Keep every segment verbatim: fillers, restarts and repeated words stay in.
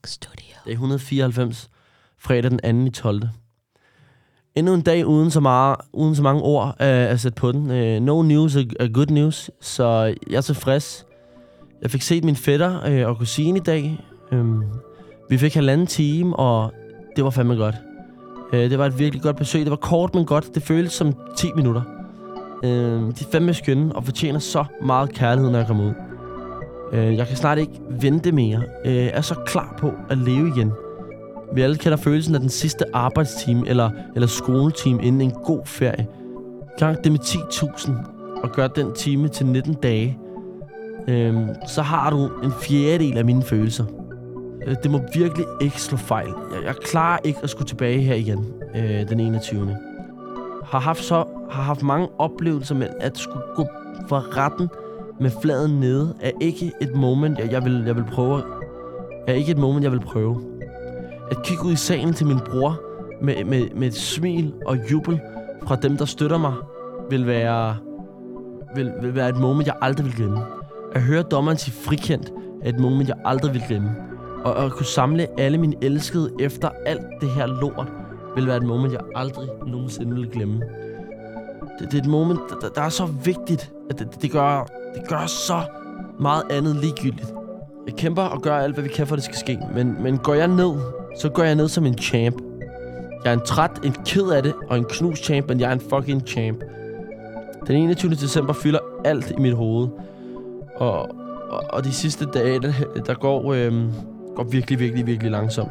Studio. Det er et hundrede og fireoghalvfems, fredag den anden i tolvte Endnu en dag uden så, meget, uden så mange ord uh, at sætte på den. Uh, no news er good news, så jeg er tilfreds. Jeg fik set min fætter uh, og kusine i dag. Um, vi fik halvanden time, og det var fandme godt. Uh, det var et virkelig godt besøg. Det var kort, men godt. Det føltes som ti minutter. Uh, de er fandme skønne og fortjener så meget kærlighed, når jeg kommer ud. Uh, jeg kan snart ikke vente mere. Uh, jeg er så klar på at leve igen. Vi alle kender følelsen af den sidste arbejdstime eller, eller skoletime inden en god ferie. Gang det med ti tusind og gør den time til nitten dage. Øhm, så har du en fjerdedel af mine følelser. Øh, det må virkelig ikke slå fejl. Jeg, jeg klarer ikke at skulle tilbage her igen øh, den enogtyvende Har haft, så, har haft mange oplevelser med at skulle gå for retten med fladen nede. Er ikke et moment, jeg, jeg, vil, jeg vil prøve. Er ikke et moment, jeg vil prøve. At kigge ud i salen til min bror med, med, med et smil og jubel fra dem, der støtter mig, vil være, vil, vil være et moment, jeg aldrig vil glemme. At høre dommeren sige frikendt er et moment, jeg aldrig vil glemme. Og at kunne samle alle mine elskede efter alt det her lort, vil være et moment, jeg aldrig nogensinde vil glemme. Det, det er et moment, der, der er så vigtigt, at det, det, gør, det gør så meget andet ligegyldigt. Jeg kæmper og gør alt, hvad vi kan for, at det skal ske. Men, men går jeg ned, så går jeg ned som en champ. Jeg er en træt, en ked af det og en knus champ, men jeg er en fucking champ. Den enogtyvende december fylder alt i mit hoved. Og, og, og de sidste dage, der, der går, øhm, går virkelig, virkelig, virkelig langsomt.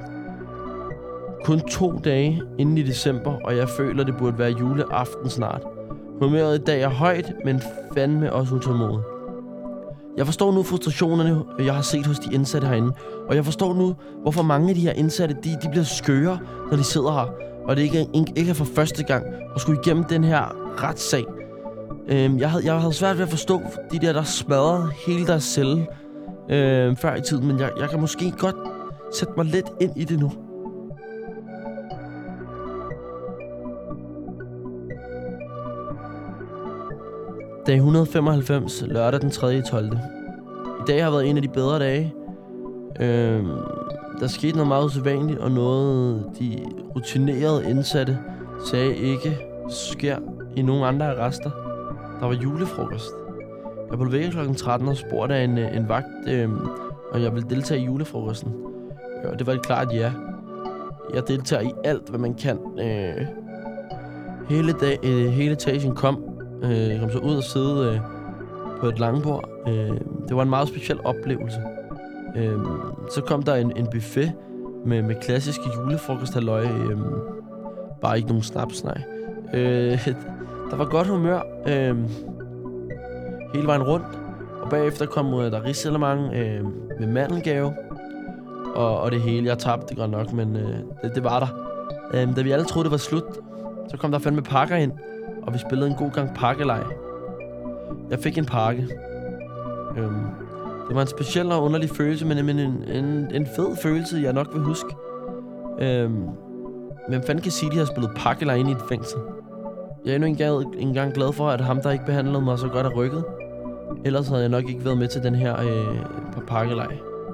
Kun to dage inden i december, og jeg føler, det burde være juleaften snart. Humøret i dag er højt, men fandme også utålmodig. Jeg forstår nu frustrationerne, jeg har set hos de indsatte herinde. Og jeg forstår nu, hvorfor mange af de her indsatte, de, de bliver skøre, når de sidder her. Og det ikke er, ikke, ikke er for første gang at skulle igennem den her retssag. Øhm, jeg, havde, jeg havde svært ved at forstå de der, der smadrede hele deres celle øhm, før i tiden. Men jeg, jeg kan måske godt sætte mig lidt ind i det nu. Dag et hundrede og femoghalvfems, lørdag den tredje tolvte I dag har været en af de bedre dage. Øhm, der skete noget meget usædvanligt, og noget de rutinerede indsatte sagde ikke sker i nogen andre arrester. Der var julefrokost. Jeg blev vækket klokken tretten og spurgte af en, en vagt, øhm, om jeg ville deltage i julefrokosten. Og det var et klart ja. Jeg deltager i alt, hvad man kan. Øh, hele, dag, øh, hele etagen kom. Jeg kom så ud og sidde øh, på et langbord. Øh, det var en meget speciel oplevelse. Øh, så kom der en, en buffet med, med klassiske julefrokosthalløj. Øh, bare ikke nogen snaps, nej. Øh, der var godt humør øh, hele vejen rundt. Og bagefter kom øh, der risalemang øh, med mandelgave. Og, og det hele. Jeg tabte det godt nok, men øh, det, det var der. Øh, da vi alle troede, det var slut, så kom der fandme pakker ind. Og vi spillede en god gang pakkelej. Jeg fik en pakke. Øhm, det var en speciel og underlig følelse, men en, en, en fed følelse, jeg nok vil huske. Øhm, hvem fanden kan sige, at de har spillet pakkelej ind i et fængsel? Jeg er endnu engang, engang glad for, at ham, der ikke behandlede mig så godt, er rykket. Ellers havde jeg nok ikke været med til den her øh, på pakkelej.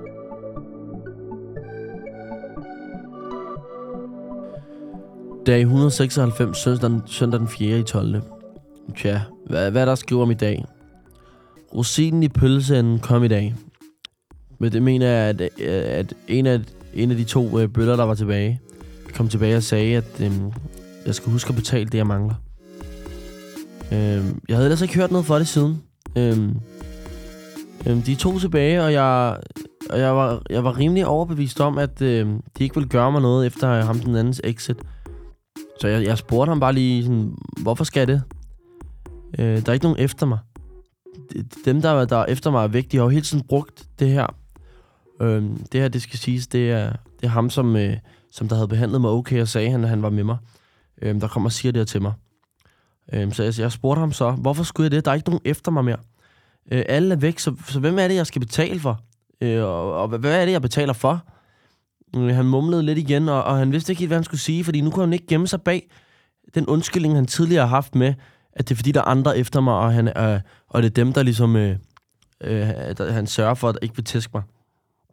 Dag et hundrede og seksoghalvfems, søndag, søndag den fjerde i tolvte Tja, hvad, hvad der skriver om i dag? Rosinen i pølseenden kom i dag. Men det mener jeg, at, at en, af, en af de to øh, bøller, der var tilbage, kom tilbage og sagde, at øh, jeg skal huske at betale det, jeg mangler. Øh, jeg havde ellers ikke hørt noget for det siden. Øh, øh, de tog tilbage, og jeg, og jeg, var, jeg var rimelig overbevist om, at øh, de ikke ville gøre mig noget efter ham den andens exit. Så jeg, jeg spurgte ham bare lige sådan, hvorfor skal jeg det? Øh, der er ikke nogen efter mig. Dem, der, der er efter mig, er væk. De har jo hele tiden brugt det her. Øh, det her, det skal siges, det er, det er ham, som, øh, som der havde behandlet mig okay, og sagde, han, at han var med mig. Øh, der kommer og siger det her til mig. Øh, så jeg, jeg spurgte ham så, hvorfor skulle jeg det? Der er ikke nogen efter mig mere. Øh, alle er væk, så, så hvem er det, jeg skal betale for? Øh, og, og hvad er det, jeg betaler for? Han mumlede lidt igen, og, og han vidste ikke helt, hvad han skulle sige, fordi nu kunne han ikke gemme sig bag den undskyldning, han tidligere har haft med, at det er fordi, der er andre efter mig, og, han, øh, og det er dem, der ligesom, øh, øh, der, han sørger for, at ikke vil tæske mig.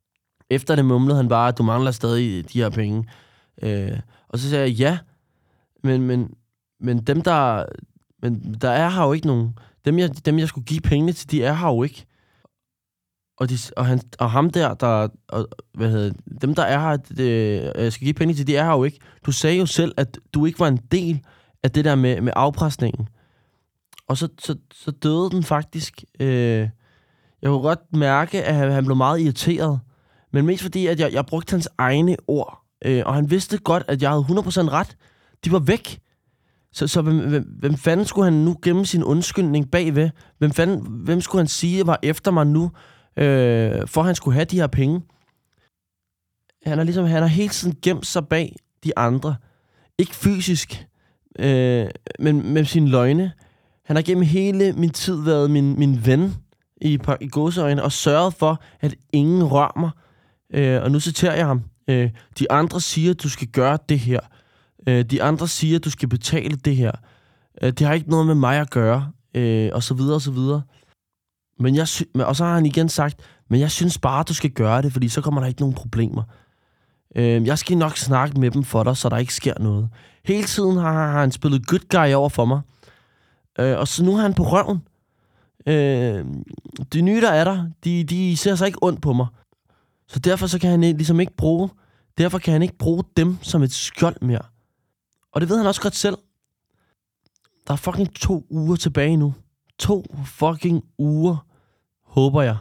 Efter det mumlede han bare, at du mangler stadig de her penge. Øh, og så sagde jeg, ja, men, men, men dem, der, men der er her jo ikke nogen. Dem jeg, dem, jeg skulle give pengene til, de er her jo ikke. Og, de, og, han, og ham der, der og, hvad hedder det, dem, der er her, det, jeg skal give penge til, de er her jo ikke. Du sagde jo selv, at du ikke var en del af det der med, med afpresningen. Og så, så, så døde den faktisk. Øh, jeg kunne godt mærke, at han, han blev meget irriteret. Men mest fordi, at jeg, jeg brugte hans egne ord. Øh, og han vidste godt, at jeg havde hundrede procent ret. De var væk. Så, så hvem, hvem, hvem fanden skulle han nu gemme sin undskyldning bagved? Hvem, fanden, hvem skulle han sige var efter mig nu, øh, for han skulle have de her penge? Han har ligesom, han har hele tiden gemt sig bag de andre. Ikke fysisk, øh, men med sine løgne. Han har gennem hele min tid været min, min ven i, i gåseøjne og sørget for, at ingen rører mig. Øh, og nu citerer jeg ham. Øh, de andre siger, at du skal gøre det her. Øh, de andre siger, at du skal betale det her. Øh, det har ikke noget med mig at gøre. Øh, og så videre, og så videre. Men jeg sy- og så har han igen sagt, men jeg synes bare, at du skal gøre det, fordi så kommer der ikke nogen problemer. Øh, jeg skal nok snakke med dem for dig, så der ikke sker noget. Hele tiden har, har han spillet good guy over for mig. Øh, og så nu er han på røven. Øh, de nye, der er der, de, de ser sig ikke ondt på mig. Så derfor så kan han ligesom ikke bruge, derfor kan han ikke bruge dem som et skjold mere. Og det ved han også godt selv. Der er fucking to uger tilbage nu. To fucking uger, håber jeg. et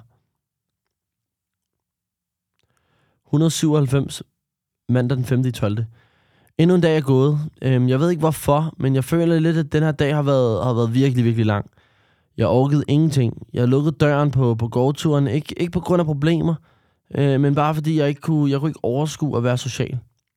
hundrede syvoghalvfems, mandag den femte tolvte Endnu en dag er gået. Øhm, jeg ved ikke hvorfor, men jeg føler lidt, at den her dag har været, har været virkelig, virkelig lang. Jeg orkede ingenting. Jeg lukkede døren på, på gårdturen, ikke, ikke på grund af problemer, øh, men bare fordi jeg ikke kunne, jeg kunne ikke overskue at være social.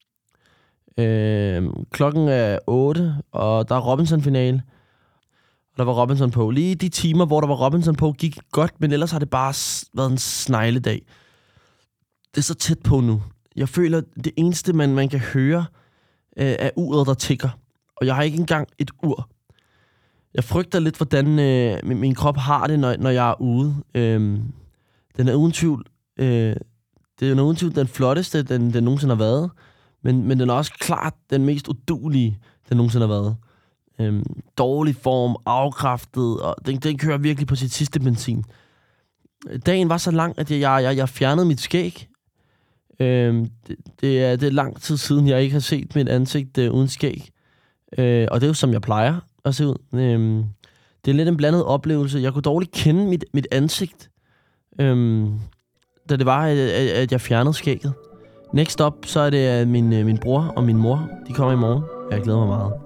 Øh, klokken er otte, og der er Robinson-finale. Og der var Robinson på. Lige de timer, hvor der var Robinson på, gik godt, men ellers har det bare været en snegledag. Det er så tæt på nu. Jeg føler, det eneste, man, man kan høre, øh, er uret, der tikker. Og jeg har ikke engang et ur. Jeg frygter lidt, hvordan øh, min, min krop har det, når, når jeg er ude. Øh, den er uden tvivl, øh, det er uden tvivl den flotteste, den, den nogensinde har været. Men, men den er også klart den mest uduelige, den nogensinde har været. Øh, dårlig form, afkræftet, og den, den kører virkelig på sit sidste benzin. Dagen var så lang, at jeg, jeg, jeg fjernede mit skæg. Øh, det, det, er, det er lang tid siden, jeg ikke har set mit ansigt øh, uden skæg. Øh, og det er jo, som jeg plejer at se ud. Øh, det er lidt en blandet oplevelse. Jeg kunne dårligt kende mit, mit ansigt, øh, da det var, at, at jeg fjernede skægget. Next up, så er det min, min bror og min mor. De kommer i morgen. Jeg glæder mig meget.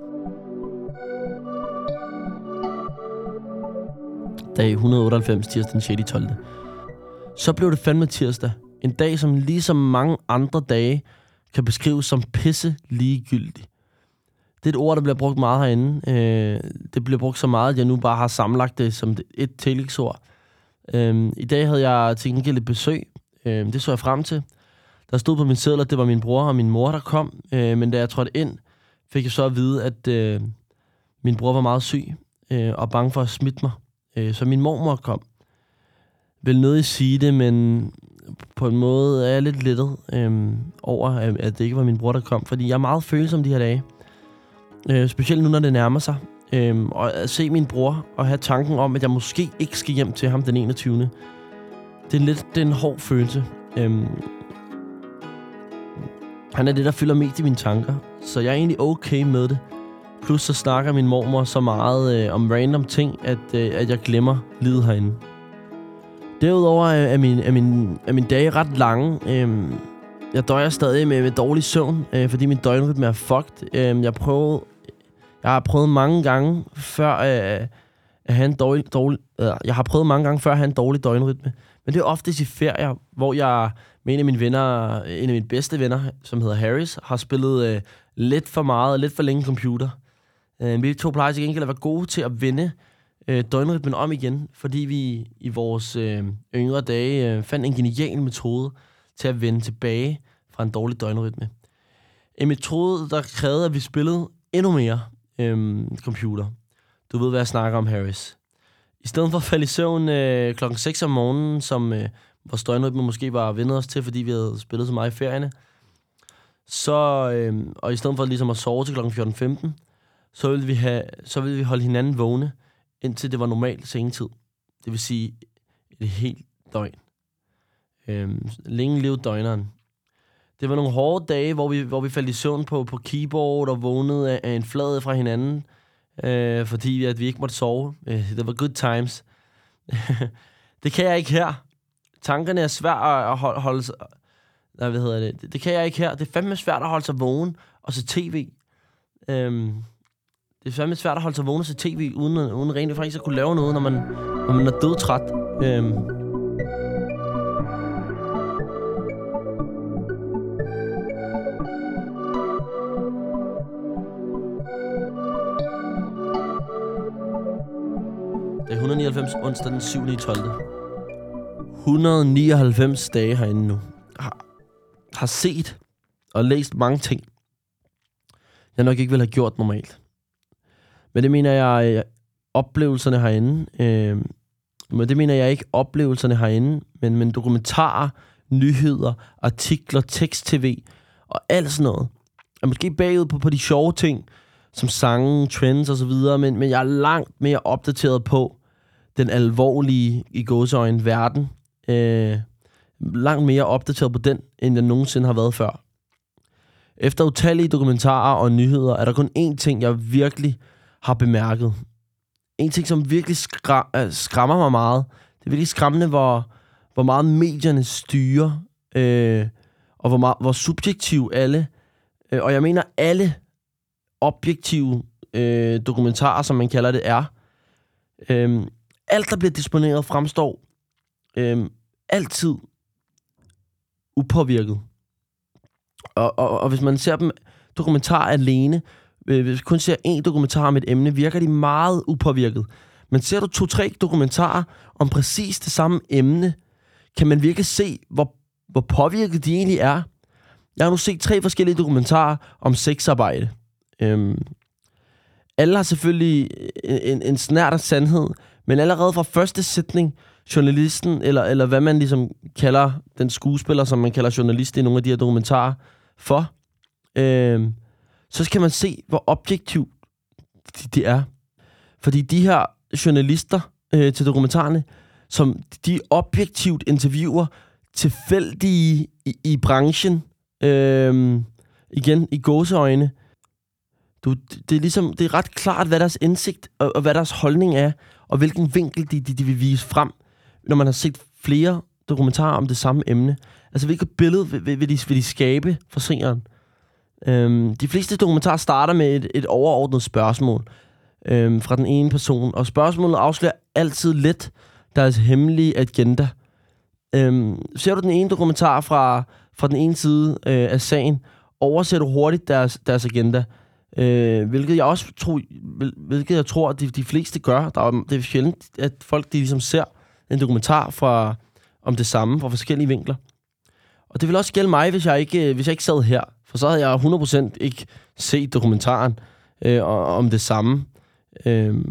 Dag et hundrede otteoghalvfems, tirsdag den sjette tolvte Så blev det fandme tirsdag. En dag, som ligesom mange andre dage, kan beskrives som pisse ligegyldig. Det er et ord, der bliver brugt meget herinde. Øh, det bliver brugt så meget, at jeg nu bare har sammenlagt det som et tillægsord. Øh, I dag havde jeg til gengæld et besøg. Øh, det så jeg frem til. Der stod på min seddel, at det var min bror og min mor, der kom. Øh, men da jeg trådte ind, fik jeg så at vide, at øh, min bror var meget syg øh, og bange for at smitte mig. Øh, så min mormor kom. Vil nødig sige det, men på en måde er jeg lidt lettet øh, over, at det ikke var min bror, der kom. Fordi jeg er meget følsom de her dage. Øh, specielt nu, når det nærmer sig. Øh, og at se min bror og have tanken om, at jeg måske ikke skal hjem til ham den enogtyvende Det er lidt det er en hård følelse. Øh, han er det, der fylder mest i mine tanker. Så jeg er egentlig okay med det. Plus så snakker min mormor så meget øh, om random ting, at, øh, at jeg glemmer livet herinde. Derudover er min, er min, er min dage ret lange. Øh, jeg døjer stadig med, med dårlig søvn, øh, fordi min døgnrytme er fucked. Øh, jeg, prøver, jeg har prøvet mange gange før øh, at have en dårlig, dårlig øh, jeg har prøvet mange gange før at have en dårlig døgnrytme. Men det er oftest i ferier, hvor jeg med en af mine venner, en af mine bedste venner, som hedder Harris, har spillet øh, lidt for meget og lidt for længe computer. Øh, vi to plejer til gengæld at være gode til at vende øh, døgnrytmen om igen, fordi vi i vores øh, yngre dage øh, fandt en genial metode til at vende tilbage fra en dårlig døgnrytme. En metode, der krævede, at vi spillede endnu mere øh, computer. Du ved, hvad jeg snakker om, Harris. I stedet for at falde i søvn øh, klokken seks om morgenen, som øh, vores døgnrytme måske var vendet os til, fordi vi havde spillet så meget i ferierne. Så, øh, og i stedet for ligesom at sove til klokken fjorten femten, så ville vi, have, så ville vi holde hinanden vågne, indtil det var normal sengetid. Det vil sige et helt døgn. Øh, længe levede døgneren. Det var nogle hårde dage, hvor vi, hvor vi faldt i søvn på, på keyboard og vågnede af, af en flade fra hinanden, øh, fordi at vi ikke måtte sove. Øh, det var good times. Det kan jeg ikke her. Tankerne er svært at holde, holde sig... Nej, hvad hedder det? Det kan jeg ikke her. Det er fandme svært at holde sig vågen og se tv. Øhm, det er fandme svært at holde sig vågen og se tv, uden, uden rent faktisk at kunne lave noget, når man, når man er dødtræt. Øhm. Det er et hundrede og nioghalvfems onsdag den syvende tolvte et hundrede og nioghalvfems dage herinde nu. Har, har set og læst mange ting, jeg nok ikke ville have gjort normalt. Men det mener jeg oplevelserne herinde. Øh, men det mener jeg ikke oplevelserne herinde, men, men dokumentarer, nyheder, artikler, tekst-tv og alt sådan noget. Jeg er måske bagud på, på de sjove ting, som sange, trends og så videre, men, men jeg er langt mere opdateret på den alvorlige, i gåseøjne, verden. Øh, langt mere opdateret på den, end jeg nogensinde har været før. Efter utallige dokumentarer og nyheder, er der kun én ting, jeg virkelig har bemærket. En ting, som virkelig skra- skræmmer mig meget. Det er virkelig skræmmende, hvor, hvor meget medierne styrer, øh, og hvor, meget, hvor subjektiv alle, øh, og jeg mener alle objektive øh, dokumentarer, som man kalder det, er. Øh, alt, der bliver disponeret, fremstår øh, altid upåvirket. Og, og, og hvis man ser dem dokumentarer alene, øh, hvis man kun ser én dokumentar om et emne, virker de meget upåvirket. Men ser du to-tre dokumentarer om præcis det samme emne, kan man virkelig se, hvor, hvor påvirket de egentlig er. Jeg har nu set tre forskellige dokumentarer om sexarbejde. Øhm, alle har selvfølgelig en, en snert af sandhed, men allerede fra første sætning, journalisten, eller, eller hvad man ligesom kalder den skuespiller, som man kalder journalist i nogle af de her dokumentarer for, øhm, så kan man se, hvor objektiv de, de er. Fordi de her journalister øh, til dokumentarerne, som de objektivt interviewer tilfældige i, i branchen, øh, igen i gåseøjne. Du, det er ligesom, det er ret klart, hvad deres indsigt og, og hvad deres holdning er, og hvilken vinkel de, de, de vil vise frem, når man har set flere dokumentarer om det samme emne. Altså, hvilket billede vil, vil, vil, de, vil de skabe for seeren? Øhm, de fleste dokumentarer starter med et, et overordnet spørgsmål øhm, fra den ene person, og spørgsmålet afslører altid let deres hemmelige agenda. Øhm, ser du den ene dokumentar fra, fra den ene side øh, af sagen, overser du hurtigt deres, deres agenda. Øh, hvilket jeg også tror, hvilket jeg tror, at de, de fleste gør. Der er, det er sjældent, at folk de ligesom ser en dokumentar fra, om det samme fra forskellige vinkler. Og det vil også gælde mig, hvis jeg ikke, hvis jeg ikke sad her. For så havde jeg hundrede procent ikke set dokumentaren øh, om det samme. Øh,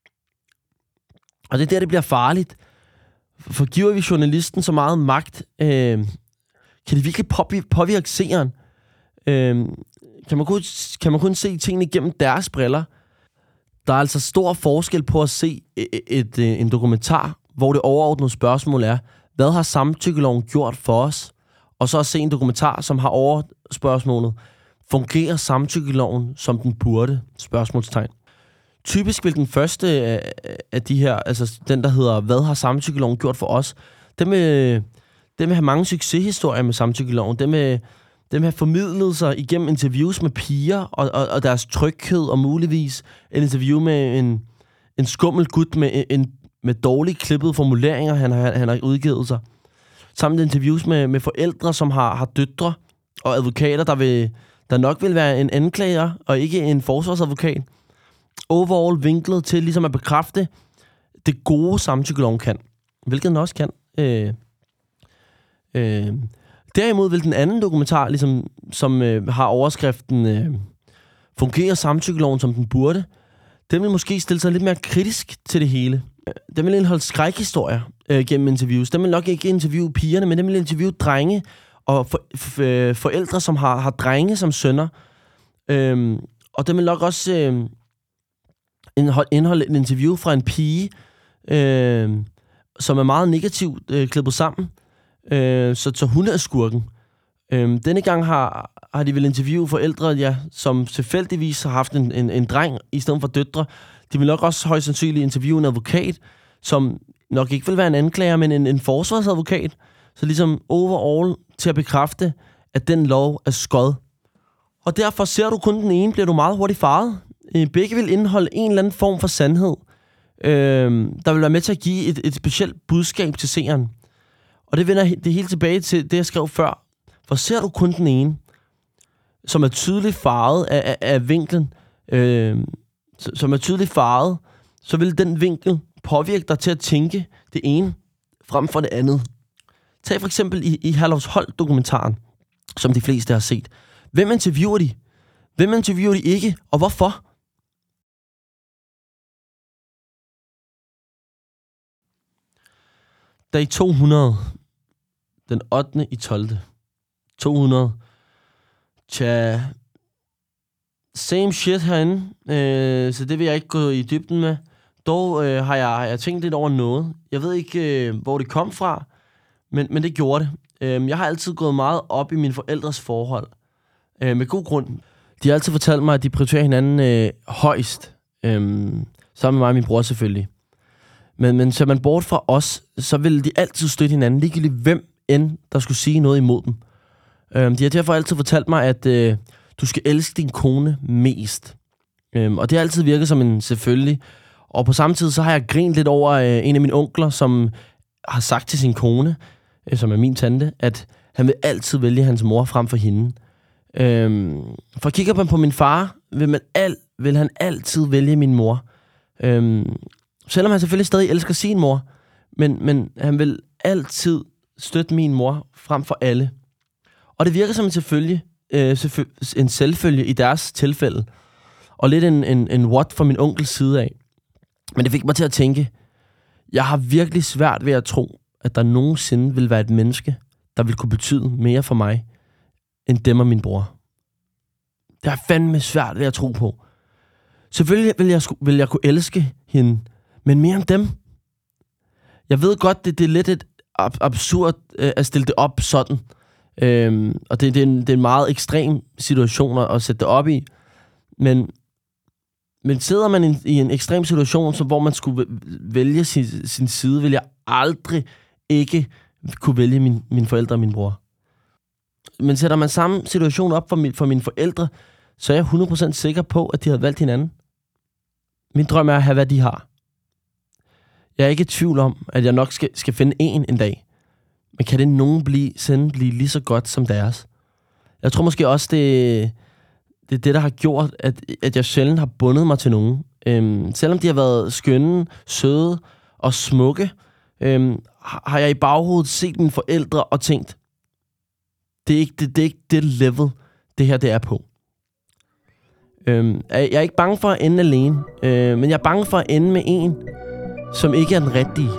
og det er der, det bliver farligt. For giver vi journalisten så meget magt, øh, kan det virkelig påvirke seeren? Øh, kan, man kun, kan man kun se tingene gennem deres briller? Der er altså stor forskel på at se et, et, et, en dokumentar, hvor det overordnede spørgsmål er, hvad har samtykkeloven gjort for os? Og så at se en dokumentar, som har overspørgsmålet, fungerer samtykkeloven, som den burde? Spørgsmålstegn. Typisk vil den første af, af de her, altså den, der hedder, hvad har samtykkeloven gjort for os? Den vil, den vil have mange succeshistorier med samtykkeloven. Den vil, den vil have formidlet sig igennem interviews med piger og, og, og deres tryghed, og muligvis en interview med en, en skummel gut med, en, med dårligt klippede formuleringer, han har, han har udgivet sig. Samt interviews med, med forældre, som har, har døtre, og advokater, der, vil, der nok vil være en anklager, og ikke en forsvarsadvokat. Overall vinklet til ligesom at bekræfte det gode samtykkeloven kan. Hvilket den også kan. Øh, øh. Derimod vil den anden dokumentar, ligesom, som øh, har overskriften øh, fungerer samtykkeloven, som den burde, den vil måske stille sig lidt mere kritisk til det hele. Den vil indeholde skrækhistorier. øh, gennem interviews. Den vil nok ikke interviewe pigerne, men den vil interviewe drenge og for, for, forældre, som har, har drenge som sønner. Øhm, og den vil nok også øh, indeholde, indeholde en interview fra en pige, øh, som er meget negativt øh, klippet sammen. Øh, så, så hun er skurken. Øh, denne gang har, har de vel interviewet forældre, ja, som tilfældigvis har haft en, en, en dreng i stedet for døtre. De vil nok også højst sandsynligt interviewe en advokat, som nok ikke vil være en anklager, men en, en forsvarsadvokat. Så ligesom overall til at bekræfte, at den lov er skod. Og derfor ser du kun den ene, bliver du meget hurtigt faret. Begge vil indeholde en eller anden form for sandhed, øh, der vil være med til at give et, et specielt budskab til seeren. Og det vender det helt tilbage til det, jeg skrev før. For ser du kun den ene, som er tydeligt farvet af, af, af vinklen, øh, som er tydeligt farvet, så vil den vinkel påvirke dig til at tænke det ene frem for det andet. Tag for eksempel i, i Herlufsholdt-dokumentaren, som de fleste har set. Hvem interviewer de? Hvem interviewer de ikke, og hvorfor? Dag to hundrede. Den ottende i tolvte to hundrede. Tja, same shit herinde, øh, så det vil jeg ikke gå i dybden med. Dog øh, har, jeg, har jeg tænkt lidt over noget. Jeg ved ikke, øh, hvor det kom fra, men, men det gjorde det. Øh, jeg har altid gået meget op i mine forældres forhold. Øh, med god grund. De har altid fortalt mig, at de prioriterer hinanden øh, højst. Øh, sammen med mig og min bror selvfølgelig. Men, men så man bort fra os, så vil de altid støtte hinanden, ligegyldigt hvem end, der skulle sige noget imod dem. Øh, de har derfor altid fortalt mig, at øh, du skal elske din kone mest. Øh, og det har altid virket som en selvfølgelig. Og på samme tid, så har jeg grint lidt over øh, en af mine onkler, som har sagt til sin kone, øh, som er min tante, at han vil altid vælge hans mor frem for hende. Øhm, for kigger man på min far, vil, man al, vil han altid vælge min mor. Øhm, selvom han selvfølgelig stadig elsker sin mor, men, men han vil altid støtte min mor frem for alle. Og det virker som en selvfølge, øh, selvfølge, en selvfølge i deres tilfælde. Og lidt en, en, en what fra min onkels side af. Men det fik mig til at tænke, jeg har virkelig svært ved at tro, at der nogensinde vil være et menneske, der vil kunne betyde mere for mig, end dem og min bror. Det er fandme svært ved at tro på. Selvfølgelig vil jeg, vil jeg kunne elske hende, men mere end dem. Jeg ved godt, det, det er lidt et ab- absurd øh, at stille det op sådan. Øhm, og det, det, er en, det er en meget ekstrem situation at, at sætte det op i. Men, men sidder man i en, i en ekstrem situation, så, hvor man skulle vælge sin, sin side, vil jeg aldrig ikke kunne vælge min, mine forældre og min bror. Men sætter man samme situation op for, min, for mine forældre, så er jeg hundrede procent sikker på, at de havde valgt hinanden. Min drøm er at have, hvad de har. Jeg er ikke i tvivl om, at jeg nok skal, skal finde en en dag. Men kan det nogen blive, sende blive lige så godt som deres? Jeg tror måske også, det, det er det, der har gjort, at, at jeg sjældent har bundet mig til nogen. Øhm, selvom de har været skønne, søde og smukke, øhm, har jeg i baghovedet set mine forældre og tænkt, det er ikke det, det, er ikke det level, det her det er på. Øhm, jeg er ikke bange for at ende alene, øh, men jeg er bange for at ende med en, som ikke er den rigtige.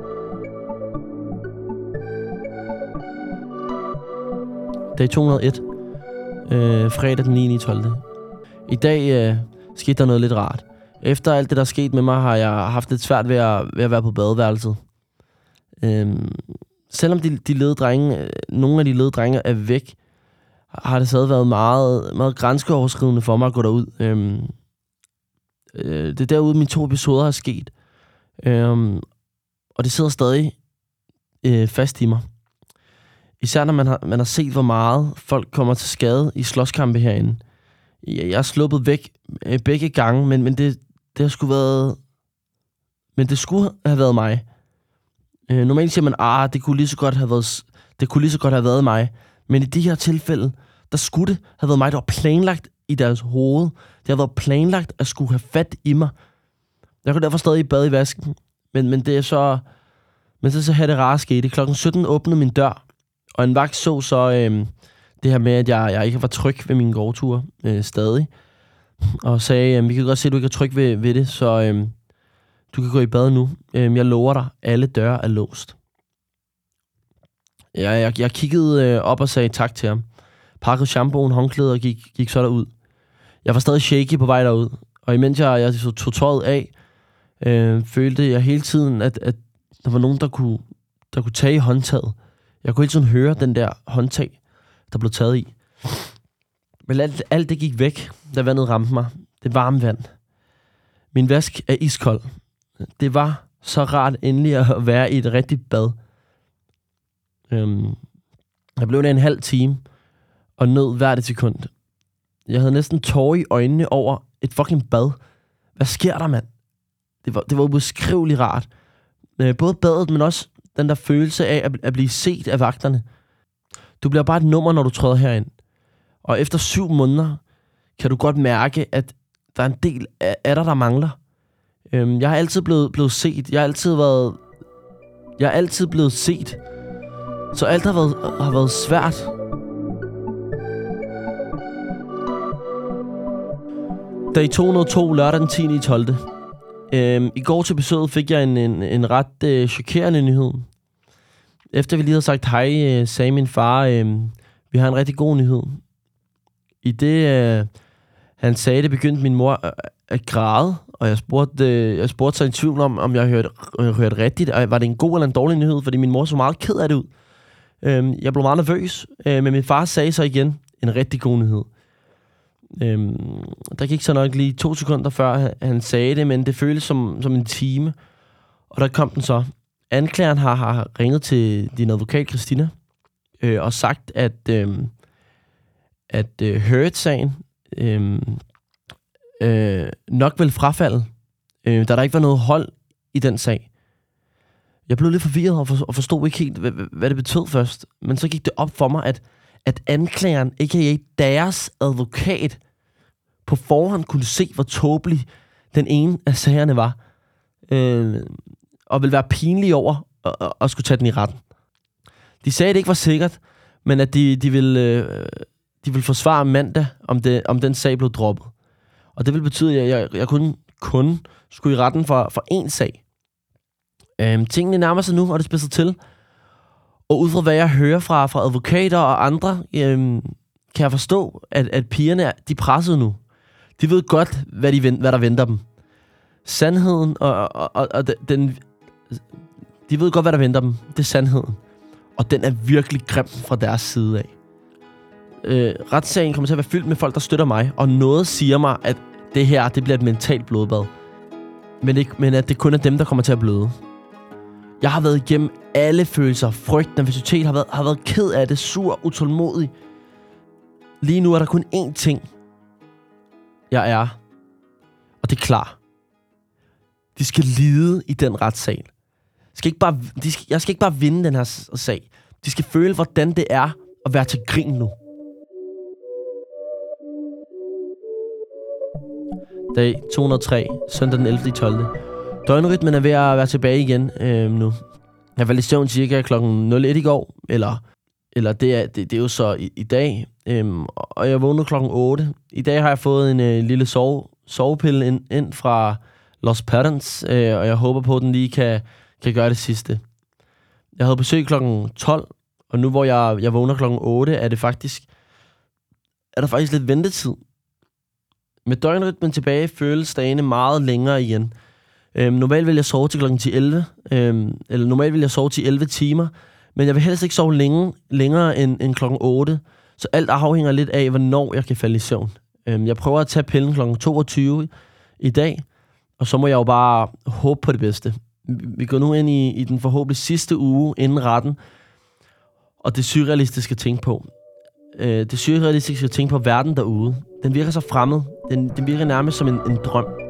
Dag to hundrede og et. Øh, fredag den niende i tolvte I dag øh, skete der noget lidt rart. Efter alt det, der er sket med mig, har jeg haft lidt svært ved at, ved at være på badeværelset. Øhm, selvom de, de lede drenge, nogle af de lede drenge er væk, har det stadig været meget, meget grænseoverskridende for mig at gå derud. Øhm, øh, det er derude, mine to episoder er sket. Øhm, og det sidder stadig øh, fast i mig. Især når man har, man har set, hvor meget folk kommer til skade i slåskampe herinde. Jeg, jeg er sluppet væk øh, begge gange, men, men det, det har sgu været... Men det skulle have været mig. Øh, normalt siger man, ah, det kunne lige så godt have været, det kunne lige så godt have været mig. Men i de her tilfælde, der skulle det have været mig, der var planlagt i deres hoved. Det har været planlagt at skulle have fat i mig. Jeg kunne derfor stadig bade i vasken. Men, men det er så... Men så, så havde det rare skete. Klokken sytten åbnede min dør. Og en vagt så så øh, det her med, at jeg, jeg ikke var tryg ved mine gårdture øh, stadig. Og sagde, øh, vi kan godt se, at du ikke er tryg ved, ved det, så øh, Du kan gå i bad nu. Øhm, jeg lover dig, alle døre er låst. Jeg, jeg, jeg kiggede øh, op og sagde tak til ham. Pakkede shampooen, håndklædet og gik, gik så derud. Jeg var stadig shaky på vej derud. Og imens jeg, jeg tog tøjet af, øh, følte jeg hele tiden, at, at der var nogen, der kunne, der kunne tage i håndtaget. Jeg kunne hele tiden høre den der håndtag, der blev taget i. Men alt, alt det gik væk, da vandet ramte mig. Det varme vand. Min vask er iskold. Det var så rart endelig at være i et rigtigt bad. Øhm, jeg blev der en halv time, og nød hvert et sekund. Jeg havde næsten tårer i øjnene over et fucking bad. Hvad sker der, mand? Det var, det var ubeskriveligt rart. Øh, både badet, men også den der følelse af at, at blive set af vagterne. Du bliver bare et nummer, når du træder herind. Og efter syv måneder kan du godt mærke, at der er en del af, af dig, der mangler. Øhm, jeg har altid blevet, blevet set. Jeg har altid været... Jeg har altid blevet set. Så alt har været, har været svært. Dag to hundrede og to, lørdag den tiende tolvte Øhm, I går til besøget fik jeg en, en, en ret øh, chokerende nyhed. Efter vi lige havde sagt hej, øh, sagde min far, øh, vi har en rigtig god nyhed. I det, øh, han sagde det, begyndte min mor at, at græde, og jeg spurgte, øh, jeg spurgte sig i tvivl om, om jeg hørte, jeg hørte rigtigt. Var det en god eller en dårlig nyhed? Fordi min mor så meget ked af det ud. Øh, jeg blev meget nervøs, øh, men min far sagde så igen, en rigtig god nyhed. Øhm, der gik så nok lige to sekunder før han sagde det, men det føltes som, som en time. Og der kom den så. Anklageren har, har ringet til din advokat Christina øh, og sagt, at øh, at øh, Hurt-sagen øh, øh, nok vil frafalde, øh, da der ikke var noget hold i den sag. Jeg blev lidt forvirret og, for, og forstod ikke helt, hvad, hvad det betød først. Men så gik det op for mig, at at anklageren, a k a deres advokat, på forhånd kunne se, hvor tåbelig den ene af sagerne var. Øh, og ville være pinlig over at, at, at skulle tage den i retten. De sagde, at det ikke var sikkert, men at de, de, ville, øh, de ville forsvare mandag, om, det, om den sag blev droppet. Og det ville betyde, at jeg, jeg kun, kun skulle i retten for, for én sag. Øh, tingene nærmer sig nu, og det spidser til. Og ud fra hvad jeg hører fra, fra advokater og andre, øhm, kan jeg forstå, at, at pigerne, de er presset nu. De ved godt, hvad, de, hvad der venter dem. Sandheden og, og, og, og den... De ved godt, hvad der venter dem. Det er sandheden. Og den er virkelig grim fra deres side af. Øh, retssagen kommer til at være fyldt med folk, der støtter mig. Og noget siger mig, at det her, det bliver et mentalt blodbad. Men, det, men at det kun er dem, der kommer til at bløde. Jeg har været igennem alle følelser. Frygt, nervøsitet, har været, har været ked af det, sur, utålmodig. Lige nu er der kun én ting, jeg er. Og det er klar. De skal lide i den retssal. Skal ikke bare, de skal, jeg skal ikke bare vinde den her sag. De skal føle, hvordan det er at være til grin nu. Dag to hundrede og tre, søndag den ellevte tolvte Døgnrytmen er ved at være tilbage igen øh, nu. Jeg faldt i søvn cirka klokken nul et i går, eller, eller det, er, det, det er jo så i, i dag, øhm, og jeg vågnede klokken otte. I dag har jeg fået en øh, lille sove, sovepille ind, ind fra Los Patterns, øh, og jeg håber på, at den lige kan, kan gøre det sidste. Jeg havde besøg klokken tolv, og nu hvor jeg, jeg vågner klokken otte, er det faktisk, er der faktisk lidt ventetid. Med døgnrytmen tilbage føles dagene meget længere igen. Øhm, normalt vil jeg sove til klokken ti elleve, øhm, eller normalt vil jeg sove til elleve timer, men jeg vil helst ikke sove længe, længere end, end klokken otte, så alt afhænger lidt af, hvornår jeg kan falde i søvn. Øhm, jeg prøver at tage pillen klokken toogtyve i dag, og så må jeg jo bare håbe på det bedste. Vi går nu ind i, i den forhåbentlig sidste uge inden retten, og det er surrealistiske at tænke på. Øh, det surrealistiske at tænke på verden derude. Den virker så fremmed. Den, den virker nærmest som en, en drøm.